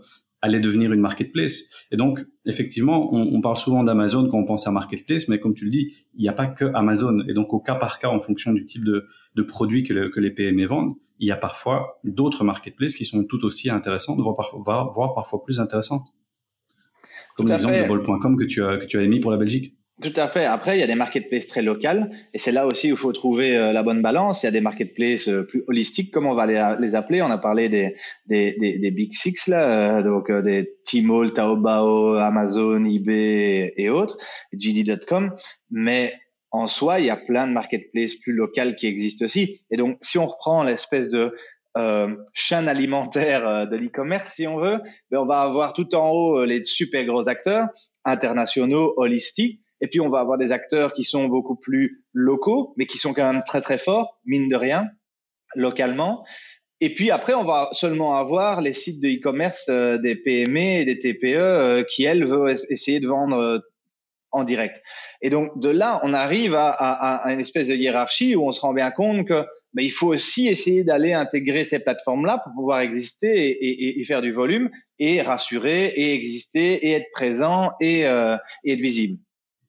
allait devenir une marketplace. Et donc, effectivement, on parle souvent d'Amazon quand on pense à marketplace, mais comme tu le dis, il n'y a pas que Amazon. Et donc, au cas par cas, en fonction du type de produits que les PME vendent, il y a parfois d'autres marketplaces qui sont tout aussi intéressantes, voire parfois plus intéressantes. Comme Tout à l'exemple de fait. bol.com que tu as émis pour la Belgique. Tout à fait. Après, il y a des marketplaces très locales et c'est là aussi où il faut trouver la bonne balance. Il y a des marketplaces plus holistiques, comme on va les appeler. On a parlé des Big Six, là, donc des Tmall, Taobao, Amazon, eBay et autres, JD.com. Mais en soi, il y a plein de marketplaces plus locales qui existent aussi. Et donc, si on reprend l'espèce de chaîne alimentaire de l'e-commerce, si on veut, ben on va avoir tout en haut les super gros acteurs internationaux, holistiques. Et puis, on va avoir des acteurs qui sont beaucoup plus locaux, mais qui sont quand même très, très forts, mine de rien, localement. Et puis après, on va seulement avoir les sites de e-commerce des PME et des TPE qui, elles, veulent essayer de vendre en direct. Et donc, de là, on arrive à une espèce de hiérarchie où on se rend bien compte que il faut aussi essayer d'aller intégrer ces plateformes-là pour pouvoir exister et faire du volume et rassurer et exister et être présent et être visible.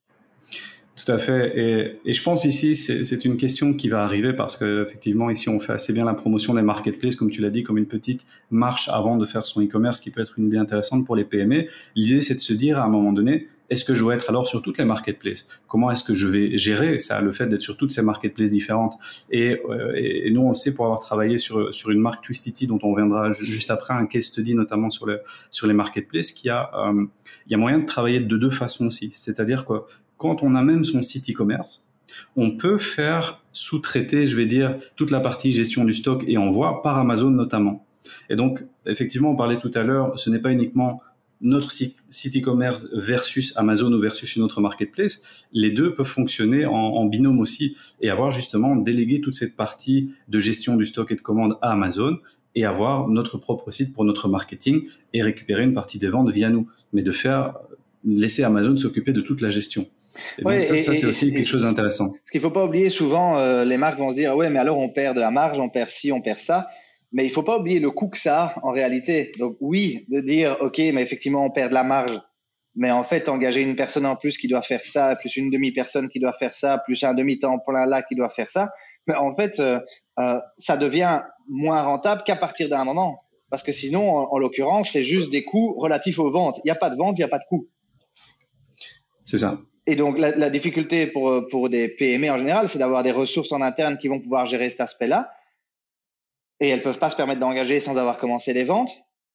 Tout à fait. Et je pense ici, c'est une question qui va arriver parce que effectivement ici, on fait assez bien la promotion des marketplaces, comme tu l'as dit, comme une petite marche avant de faire son e-commerce qui peut être une idée intéressante pour les PME. L'idée, c'est de se dire à un moment donné, est-ce que je dois être alors sur toutes les marketplaces? Comment est-ce que je vais gérer ça, le fait d'être sur toutes ces marketplaces différentes? Et nous, on le sait pour avoir travaillé sur une marque Twistity dont on reviendra juste après, un case study notamment sur les marketplaces, il y a moyen de travailler de deux façons aussi. C'est-à-dire que quand on a même son site e-commerce, on peut faire sous-traiter, je vais dire, toute la partie gestion du stock et envoi par Amazon notamment. Et donc, effectivement, on parlait tout à l'heure, ce n'est pas uniquement notre site e-commerce versus Amazon ou versus une autre marketplace. Les deux peuvent fonctionner en binôme aussi et avoir justement délégué toute cette partie de gestion du stock et de commande à Amazon et avoir notre propre site pour notre marketing et récupérer une partie des ventes via nous. Mais de laisser Amazon s'occuper de toute la gestion. Et donc, ça c'est aussi quelque chose d'intéressant. Ce qu'il ne faut pas oublier, souvent, les marques vont se dire, ouais, mais alors on perd de la marge, on perd ci, on perd ça. Mais il ne faut pas oublier le coût que ça a en réalité. Donc oui, de dire, OK, mais effectivement, on perd de la marge. Mais en fait, engager une personne en plus qui doit faire ça, plus une demi-personne qui doit faire ça, plus un demi-temps plein là qui doit faire ça, mais en fait, ça devient moins rentable qu'à partir d'un moment. Parce que sinon, en l'occurrence, c'est juste des coûts relatifs aux ventes. Il n'y a pas de vente, il n'y a pas de coût. C'est ça. Et donc, la difficulté pour des PME en général, c'est d'avoir des ressources en interne qui vont pouvoir gérer cet aspect-là. Et elles peuvent pas se permettre d'engager sans avoir commencé les ventes.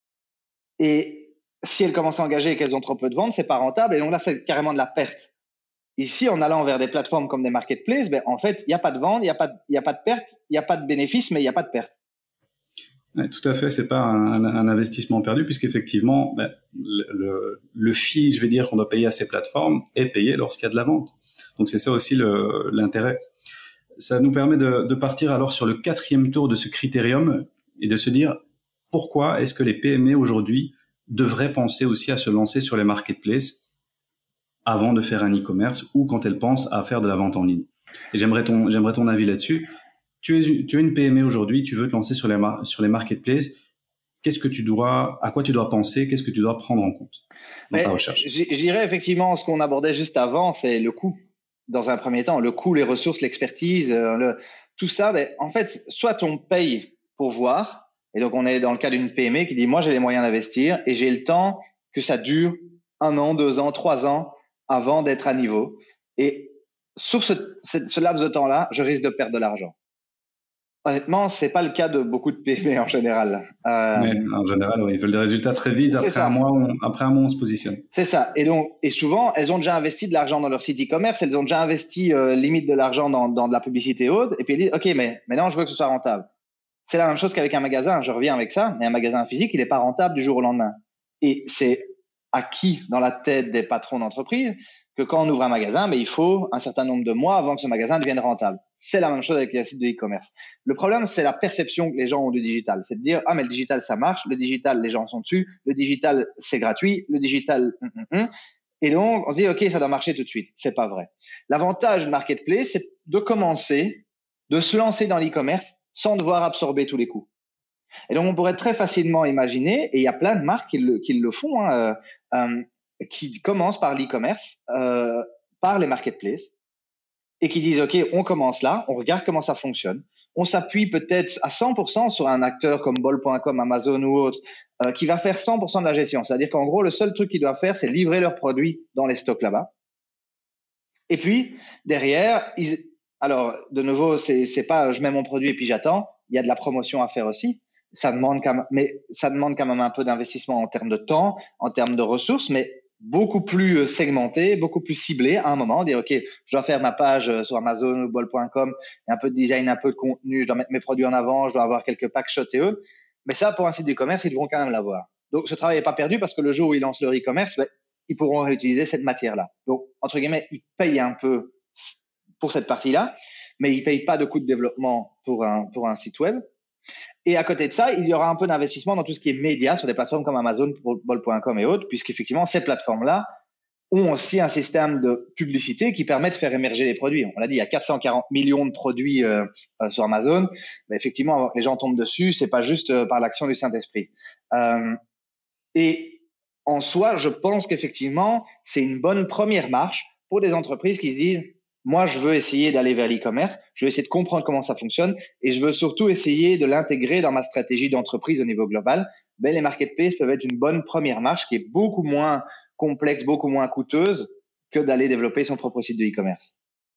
Et si elles commencent à engager et qu'elles ont trop peu de ventes, c'est pas rentable. Et donc là, c'est carrément de la perte. Ici, en allant vers des plateformes comme des marketplaces, en fait, il n'y a pas de vente, il n'y a pas de perte, il n'y a pas de bénéfice, mais il n'y a pas de perte. Ouais, tout à fait, c'est pas un investissement perdu puisqu'effectivement, le fee, je vais dire, qu'on doit payer à ces plateformes est payé lorsqu'il y a de la vente. Donc c'est ça aussi l'intérêt. Ça nous permet de partir alors sur le 4e tour de ce critérium et de se dire pourquoi est-ce que les PME aujourd'hui devraient penser aussi à se lancer sur les marketplaces avant de faire un e-commerce ou quand elles pensent à faire de la vente en ligne. Et j'aimerais ton avis là-dessus. Tu es une PME aujourd'hui, tu veux te lancer sur les marketplaces. À quoi tu dois penser, qu'est-ce que tu dois prendre en compte dans ta recherche? Je dirais effectivement ce qu'on abordait juste avant, c'est le coût. Dans un premier temps, le coût, les ressources, l'expertise, tout ça, en fait, soit on paye pour voir, et donc on est dans le cas d'une PME qui dit, moi j'ai les moyens d'investir et j'ai le temps que ça dure 1 an, 2 ans, 3 ans avant d'être à niveau. Et sur ce laps de temps-là, je risque de perdre de l'argent. Honnêtement, c'est pas le cas de beaucoup de PME en général. Ouais, en général, oui, ils veulent des résultats très vite. Après un mois, on se positionne. C'est ça. Et souvent, elles ont déjà investi de l'argent dans leur site e-commerce. Elles ont déjà investi limite de l'argent dans de la publicité haute. Et puis elles disent, OK, mais maintenant, je veux que ce soit rentable. C'est la même chose qu'avec un magasin. Je reviens avec ça. Mais un magasin physique, il n'est pas rentable du jour au lendemain. Et c'est acquis dans la tête des patrons d'entreprise que quand on ouvre un magasin, il faut un certain nombre de mois avant que ce magasin devienne rentable. C'est la même chose avec les sites de e-commerce. Le problème, c'est la perception que les gens ont du digital. C'est de dire, ah, mais le digital, ça marche. Le digital, les gens sont dessus. Le digital, c'est gratuit. Le digital, Et donc, on se dit, OK, ça doit marcher tout de suite. C'est pas vrai. L'avantage du marketplace, c'est de commencer, de se lancer dans l'e-commerce sans devoir absorber tous les coûts. Et donc, on pourrait très facilement imaginer, et il y a plein de marques qui le font, qui commencent par l'e-commerce, par les marketplaces, et qui disent, OK, on commence là, on regarde comment ça fonctionne. On s'appuie peut-être à 100% sur un acteur comme bol.com, Amazon ou autre, qui va faire 100% de la gestion. C'est-à-dire qu'en gros, le seul truc qu'ils doivent faire, c'est livrer leurs produits dans les stocks là-bas. Et puis, derrière, alors, de nouveau, c'est pas je mets mon produit et puis j'attends. Il y a de la promotion à faire aussi. Ça demande quand même un peu d'investissement en termes de temps, en termes de ressources, mais beaucoup plus segmenté, beaucoup plus ciblé à un moment, dire, OK, je dois faire ma page sur Amazon ou bol.com, un peu de design, un peu de contenu, je dois mettre mes produits en avant, je dois avoir quelques packs shots et eux. Mais ça, pour un site d'e-commerce, ils devront quand même l'avoir. Donc, ce travail n'est pas perdu parce que le jour où ils lancent leur e-commerce, ils pourront réutiliser cette matière-là. Donc, entre guillemets, ils payent un peu pour cette partie-là, mais ils payent pas de coût de développement pour un site web. Et à côté de ça, il y aura un peu d'investissement dans tout ce qui est média sur des plateformes comme Amazon, bol.com et autres, puisqu'effectivement, ces plateformes-là ont aussi un système de publicité qui permet de faire émerger les produits. On l'a dit, il y a 440 millions de produits sur Amazon. Mais effectivement, les gens tombent dessus, c'est pas juste par l'action du Saint-Esprit. Et en soi, je pense qu'effectivement, c'est une bonne première marche pour des entreprises qui se disent moi, je veux essayer d'aller vers l'e-commerce, je veux essayer de comprendre comment ça fonctionne et je veux surtout essayer de l'intégrer dans ma stratégie d'entreprise au niveau global. Les marketplaces peuvent être une bonne première marche qui est beaucoup moins complexe, beaucoup moins coûteuse que d'aller développer son propre site de e-commerce.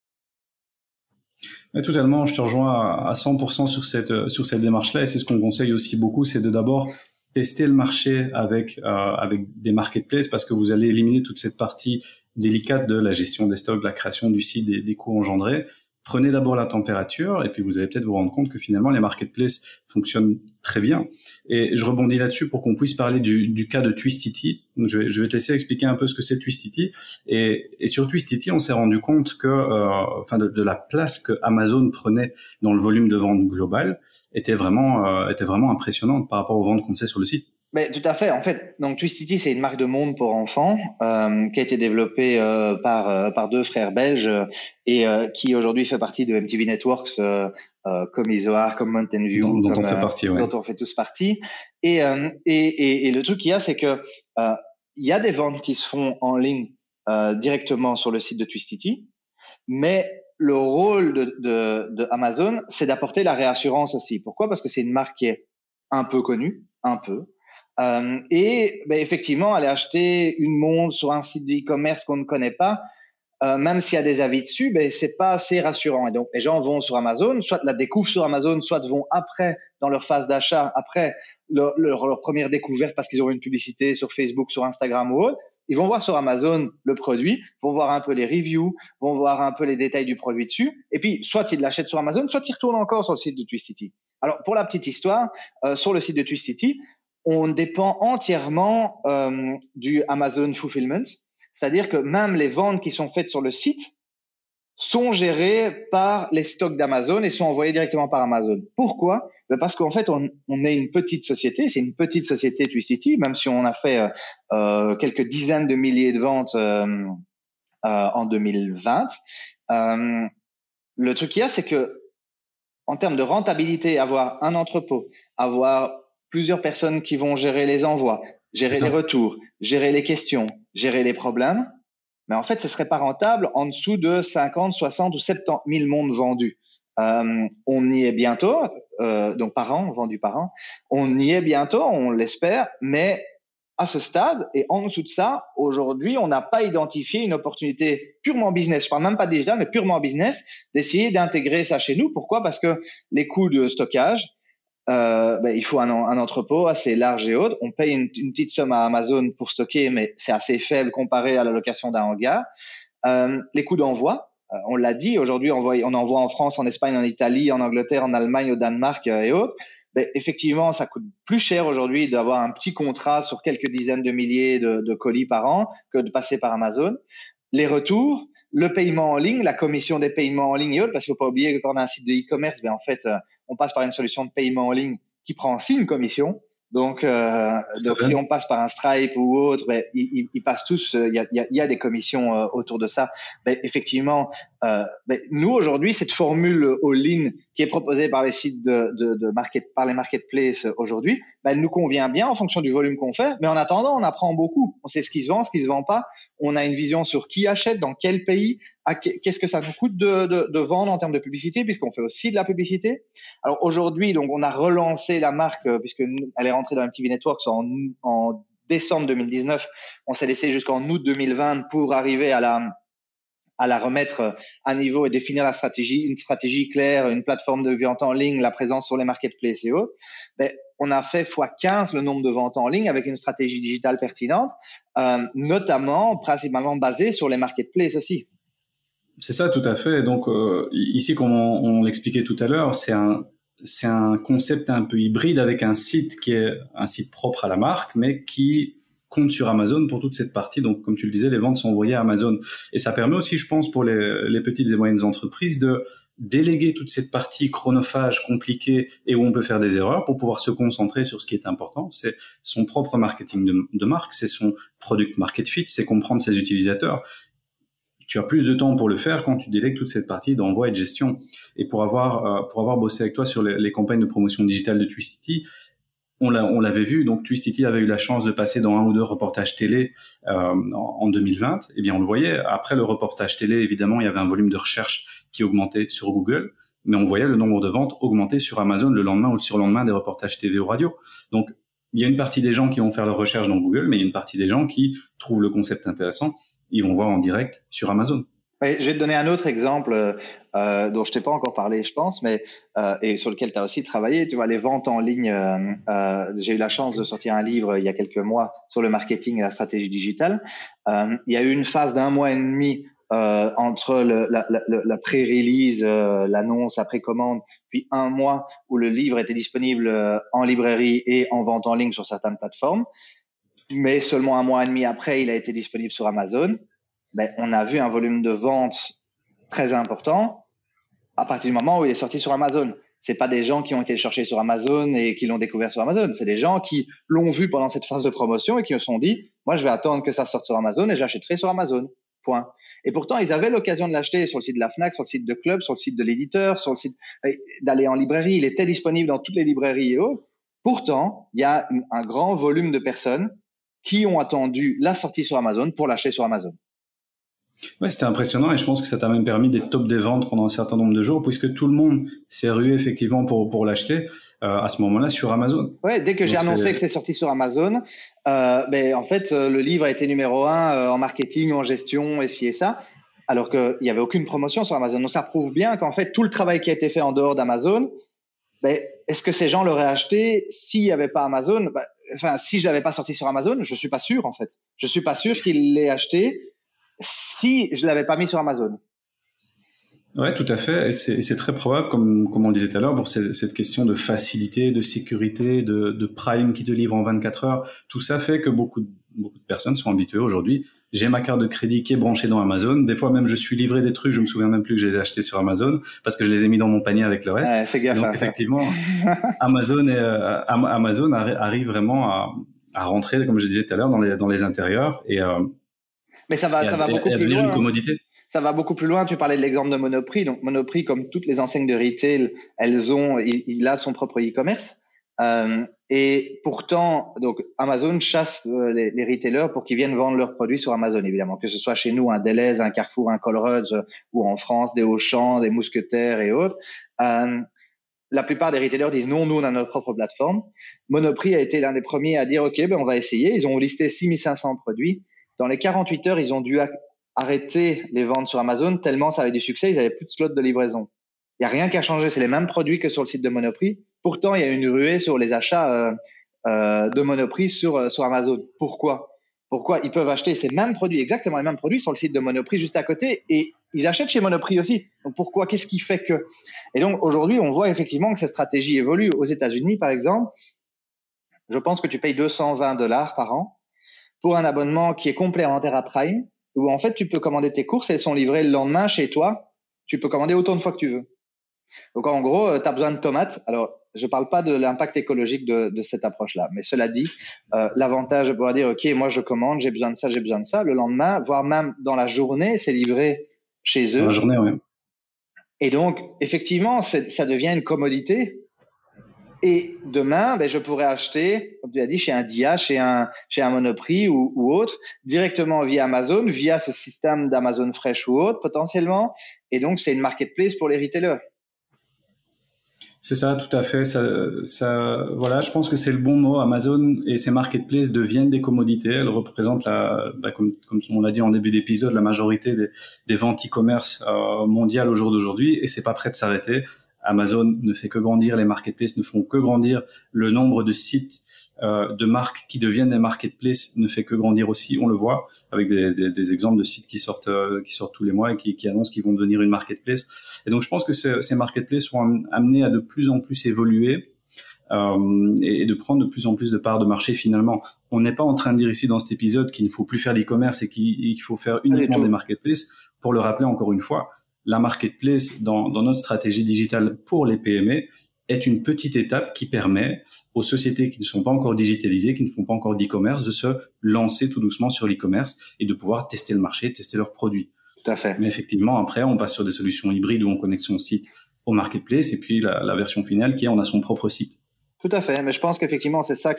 Mais totalement, je te rejoins à 100% sur cette démarche-là et c'est ce qu'on conseille aussi beaucoup, c'est de d'abord tester le marché avec des marketplaces parce que vous allez éliminer toute cette partie délicate de la gestion des stocks, de la création du site, des coûts engendrés. Prenez d'abord la température et puis vous allez peut-être vous rendre compte que finalement les marketplaces fonctionnent très bien. Et je rebondis là-dessus pour qu'on puisse parler du cas de Twistity. Donc je vais te laisser expliquer un peu ce que c'est Twistity. Et sur Twistity, on s'est rendu compte que, de la place que Amazon prenait dans le volume de vente global était vraiment impressionnante par rapport aux ventes qu'on sait sur le site. Mais tout à fait. En fait, donc Twistity, c'est une marque de monde pour enfants qui a été développée par deux frères belges et qui aujourd'hui fait partie de MTV Networks, comme Isoar, comme Mountain View, dont on fait partie, ouais. Dont on fait tous partie. Et le truc qu'il y a, c'est que il y a des ventes qui se font en ligne directement sur le site de Twistity, mais le rôle de Amazon, c'est d'apporter la réassurance aussi. Pourquoi? Parce que c'est une marque qui est un peu connue, un peu. Effectivement, aller acheter une montre sur un site de e-commerce qu'on ne connaît pas, même s'il y a des avis dessus, c'est pas assez rassurant. Et donc, les gens vont sur Amazon, soit la découvrent sur Amazon, soit vont après, dans leur phase d'achat, après leur première découverte parce qu'ils ont une publicité sur Facebook, sur Instagram ou autre. Ils vont voir sur Amazon le produit, vont voir un peu les reviews, vont voir un peu les détails du produit dessus. Et puis, soit ils l'achètent sur Amazon, soit ils retournent encore sur le site de Twistity. Alors, pour la petite histoire, sur le site de Twistity, on dépend entièrement du Amazon Fulfillment, c'est-à-dire que même les ventes qui sont faites sur le site sont gérées par les stocks d'Amazon et sont envoyées directement par Amazon. Pourquoi? Parce qu'en fait, on est une petite société, c'est une petite société Twistity, même si on a fait quelques dizaines de milliers de ventes en 2020. Le truc qu'il y a, c'est que en termes de rentabilité, avoir un entrepôt, avoir plusieurs personnes qui vont gérer les envois, gérer les retours, gérer les questions, gérer les problèmes. Mais en fait, ce serait pas rentable en dessous de 50, 60 ou 70 000 montres vendus. On y est bientôt, donc par an, vendus par an. On y est bientôt, on l'espère, mais à ce stade et en dessous de ça, aujourd'hui, on n'a pas identifié une opportunité purement business. Je parle même pas digital, mais purement business, d'essayer d'intégrer ça chez nous. Pourquoi? Parce que les coûts de stockage, il faut un entrepôt assez large et haut. On paye une petite somme à Amazon pour stocker, mais c'est assez faible comparé à la location d'un hangar. Les coûts d'envoi, on l'a dit, aujourd'hui on envoie en France, en Espagne, en Italie, en Angleterre, en Allemagne, au Danemark et autres. Effectivement, ça coûte plus cher aujourd'hui d'avoir un petit contrat sur quelques dizaines de milliers de colis par an que de passer par Amazon. Les retours, le paiement en ligne, la commission des paiements en ligne et autres, parce qu'il ne faut pas oublier que quand on a un site de e-commerce, en fait, on passe par une solution de paiement en ligne qui prend aussi une commission. Donc si on passe par un Stripe ou autre, ils passent tous. Il y a des commissions autour de ça. Effectivement, Mais nous aujourd'hui, cette formule all-in qui est proposée par les sites par les marketplaces aujourd'hui, elle nous convient bien en fonction du volume qu'on fait. Mais en attendant, on apprend beaucoup. On sait ce qui se vend, ce qui se vend pas. On a une vision sur qui achète, dans quel pays, qu'est-ce que ça nous coûte de vendre en termes de publicité, puisqu'on fait aussi de la publicité. Alors aujourd'hui, donc on a relancé la marque puisqu'elle est rentrée dans MTV Networks en décembre 2019. On s'est laissé jusqu'en août 2020 pour arriver à la remettre à niveau et définir une stratégie claire, une plateforme de vente en ligne, la présence sur les marketplaces et autres. On a fait x15 le nombre de ventes en ligne avec une stratégie digitale pertinente, notamment, principalement basée sur les marketplaces aussi. C'est ça, tout à fait. Donc, ici, comme on l'expliquait tout à l'heure, c'est un concept un peu hybride avec un site qui est un site propre à la marque, mais qui compte sur Amazon pour toute cette partie. Donc, comme tu le disais, les ventes sont envoyées à Amazon. Et ça permet aussi, je pense, pour les petites et moyennes entreprises de déléguer toute cette partie chronophage, compliquée et où on peut faire des erreurs pour pouvoir se concentrer sur ce qui est important. C'est son propre marketing de marque, c'est son product market fit, c'est comprendre ses utilisateurs. Tu as plus de temps pour le faire quand tu délègues toute cette partie d'envoi et de gestion. Et pour avoir bossé avec toi sur les campagnes de promotion digitale de Twistity, on l'avait vu, donc Twistity avait eu la chance de passer dans 1 ou 2 reportages télé en 2020. Eh bien, on le voyait. Après le reportage télé, évidemment, il y avait un volume de recherche qui augmentait sur Google, mais on voyait le nombre de ventes augmenter sur Amazon le lendemain ou le surlendemain des reportages TV ou radio. Donc, il y a une partie des gens qui vont faire leur recherche dans Google, mais il y a une partie des gens qui trouvent le concept intéressant. Ils vont voir en direct sur Amazon. Ouais, je vais te donner un autre exemple dont je t'ai pas encore parlé, je pense, mais et sur lequel tu as aussi travaillé. Tu vois, les ventes en ligne. J'ai eu la chance de sortir un livre il y a quelques mois sur le marketing et la stratégie digitale. Il y a eu une phase d'1 mois et demi entre la pré-release, l'annonce, la précommande, puis 1 mois où le livre était disponible en librairie et en vente en ligne sur certaines plateformes. Mais seulement 1 mois et demi après, il a été disponible sur Amazon. On a vu un volume de vente très important à partir du moment où il est sorti sur Amazon. C'est pas des gens qui ont été le chercher sur Amazon et qui l'ont découvert sur Amazon. C'est des gens qui l'ont vu pendant cette phase de promotion et qui se sont dit, moi, je vais attendre que ça sorte sur Amazon et j'achèterai sur Amazon. Point. Et pourtant, ils avaient l'occasion de l'acheter sur le site de la Fnac, sur le site de Club, sur le site de l'éditeur, sur le site d'aller en librairie. Il était disponible dans toutes les librairies et autres. Pourtant, il y a un grand volume de personnes qui ont attendu la sortie sur Amazon pour l'acheter sur Amazon. Ouais, c'était impressionnant et je pense que ça t'a même permis d'être top des ventes pendant un certain nombre de jours puisque tout le monde s'est rué effectivement pour l'acheter à ce moment-là sur Amazon. Ouais, dès que j'ai annoncé que c'est sorti sur Amazon, en fait, le livre a été numéro 1 en marketing, en gestion, et ci et ça, alors qu'il n'y avait aucune promotion sur Amazon. Donc ça prouve bien qu'en fait, tout le travail qui a été fait en dehors d'Amazon, est-ce que ces gens l'auraient acheté s'il n'y avait pas Amazon? Si je l'avais pas sorti sur Amazon, je suis pas sûr en fait. Je suis pas sûr qu'ils l'aient acheté si je l'avais pas mis sur Amazon. Ouais, tout à fait. Et c'est très probable, comme on le disait tout à l'heure, pour cette question de facilité, de sécurité, de Prime qui te livre en 24 heures. Tout ça fait que beaucoup de personnes sont habituées aujourd'hui. J'ai ma carte de crédit qui est branchée dans Amazon. Des fois même, je suis livré des trucs, je me souviens même plus que je les ai achetés sur Amazon parce que je les ai mis dans mon panier avec le reste. Ouais, fais gaffe. Donc effectivement, Amazon arrive vraiment à rentrer, comme je disais tout à l'heure, dans les intérieurs mais ça va beaucoup plus loin. Une commodité. Ça va beaucoup plus loin. Tu parlais de l'exemple de Monoprix. Donc, Monoprix, comme toutes les enseignes de retail, il a son propre e-commerce. Et pourtant, donc, Amazon chasse les retailers pour qu'ils viennent vendre leurs produits sur Amazon, évidemment. Que ce soit chez nous, un Delhaize, un Carrefour, un Colruyt, ou en France, des Auchan, des Mousquetaires et autres. La plupart des retailers disent non, nous, on a notre propre plateforme. Monoprix a été l'un des premiers à dire, OK, on va essayer. Ils ont listé 6500 produits. Dans les 48 heures, ils ont dû arrêter les ventes sur Amazon tellement ça avait du succès, ils n'avaient plus de slots de livraison. Il n'y a rien qui a changé, c'est les mêmes produits que sur le site de Monoprix. Pourtant, il y a une ruée sur les achats de Monoprix sur Amazon. Pourquoi ils peuvent acheter ces mêmes produits, exactement les mêmes produits sur le site de Monoprix juste à côté et ils achètent chez Monoprix aussi. Donc pourquoi? Qu'est-ce qui fait que? Et donc aujourd'hui, on voit effectivement que cette stratégie évolue. Aux États-Unis, par exemple, je pense que tu payes $220 par an pour un abonnement qui est complémentaire à Prime, où en fait tu peux commander tes courses et elles sont livrées le lendemain chez toi. Tu peux commander autant de fois que tu veux. Donc en gros, tu as besoin de tomates. Alors, je parle pas de l'impact écologique de cette approche-là, mais cela dit, l'avantage de pouvoir dire, OK, moi je commande, j'ai besoin de ça, le lendemain, voire même dans la journée, c'est livré chez eux. Dans la journée, oui. Et donc, effectivement, ça devient une commodité. Et demain, je pourrais acheter, comme tu l'as dit, chez un DIA, chez un Monoprix ou autre, directement via Amazon, via ce système d'Amazon Fresh ou autre, potentiellement. Et donc, c'est une marketplace pour les retailers. C'est ça, tout à fait. Voilà, je pense que c'est le bon mot. Amazon et ses marketplaces deviennent des commodités. Elles représentent comme on l'a dit en début d'épisode, la majorité des ventes e-commerce mondiales au jour d'aujourd'hui, et c'est pas prêt de s'arrêter. Amazon ne fait que grandir, les marketplaces ne font que grandir, le nombre de sites de marques qui deviennent des marketplaces ne fait que grandir aussi, on le voit avec des exemples de sites qui sortent tous les mois et qui annoncent qu'ils vont devenir une marketplace. Et donc je pense que ces marketplaces sont amenés à de plus en plus évoluer et de prendre de plus en plus de parts de marché. Finalement, on n'est pas en train de dire ici dans cet épisode qu'il ne faut plus faire d'e-commerce et qu'il faut faire uniquement des marketplaces. Pour le rappeler encore une fois, la marketplace dans notre stratégie digitale pour les PME est une petite étape qui permet aux sociétés qui ne sont pas encore digitalisées, qui ne font pas encore d'e-commerce, de se lancer tout doucement sur l'e-commerce et de pouvoir tester le marché, tester leurs produits. Tout à fait. Mais effectivement, après, on passe sur des solutions hybrides où on connecte son site au marketplace et puis la version finale qui est on a son propre site. Tout à fait, mais je pense qu'effectivement c'est ça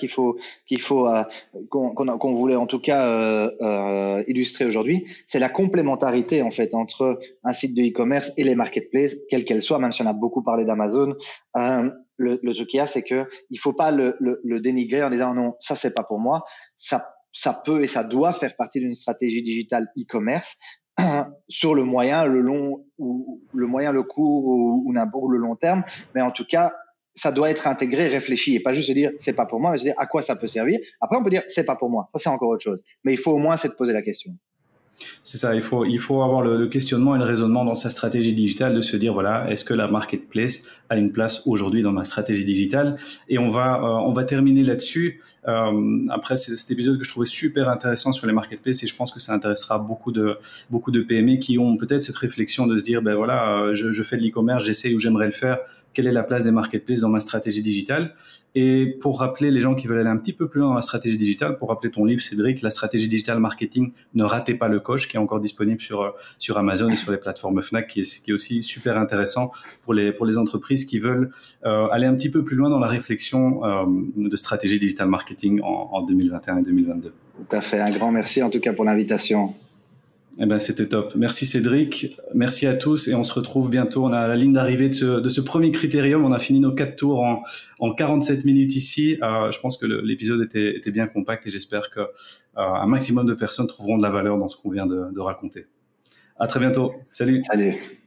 qu'on voulait en tout cas illustrer aujourd'hui, c'est la complémentarité en fait entre un site de e-commerce et les marketplaces, quelles qu'elles soient, même si on a beaucoup parlé d'Amazon. Le truc qu'il y a, c'est que il faut pas le dénigrer en disant non, ça c'est pas pour moi. Ça peut et ça doit faire partie d'une stratégie digitale e-commerce sur le moyen, le long ou le moyen, le court ou le long terme, mais en tout cas ça doit être intégré, réfléchi, et pas juste se dire c'est pas pour moi, mais se dire à quoi ça peut servir. Après, on peut dire c'est pas pour moi. Ça, c'est encore autre chose. Mais il faut au moins se poser la question. C'est ça, il faut avoir le questionnement et le raisonnement dans sa stratégie digitale, de se dire voilà, est-ce que la marketplace a une place aujourd'hui dans ma stratégie digitale? Et on va terminer là-dessus. Après cet épisode que je trouvais super intéressant sur les marketplaces, et je pense que ça intéressera beaucoup de PME qui ont peut-être cette réflexion de se dire ben voilà, je fais de l'e-commerce, j'essaie ou j'aimerais le faire. Quelle est la place des marketplaces dans ma stratégie digitale? Et pour rappeler les gens qui veulent aller un petit peu plus loin dans la stratégie digitale, pour rappeler ton livre, Cédric, La stratégie digitale marketing, ne ratez pas le coche, qui est encore disponible sur Amazon et sur les plateformes Fnac, qui est aussi super intéressant pour les entreprises qui veulent aller un petit peu plus loin dans la réflexion de stratégie digitale marketing en 2021 et 2022. Tout à fait. Un grand merci en tout cas pour l'invitation. Eh ben, c'était top. Merci Cédric, merci à tous et on se retrouve bientôt. On a la ligne d'arrivée de ce premier critérium. On a fini nos 4 tours en 47 minutes ici. Je pense que l'épisode était bien compact et j'espère que un maximum de personnes trouveront de la valeur dans ce qu'on vient de raconter. À très bientôt. Salut. Salut.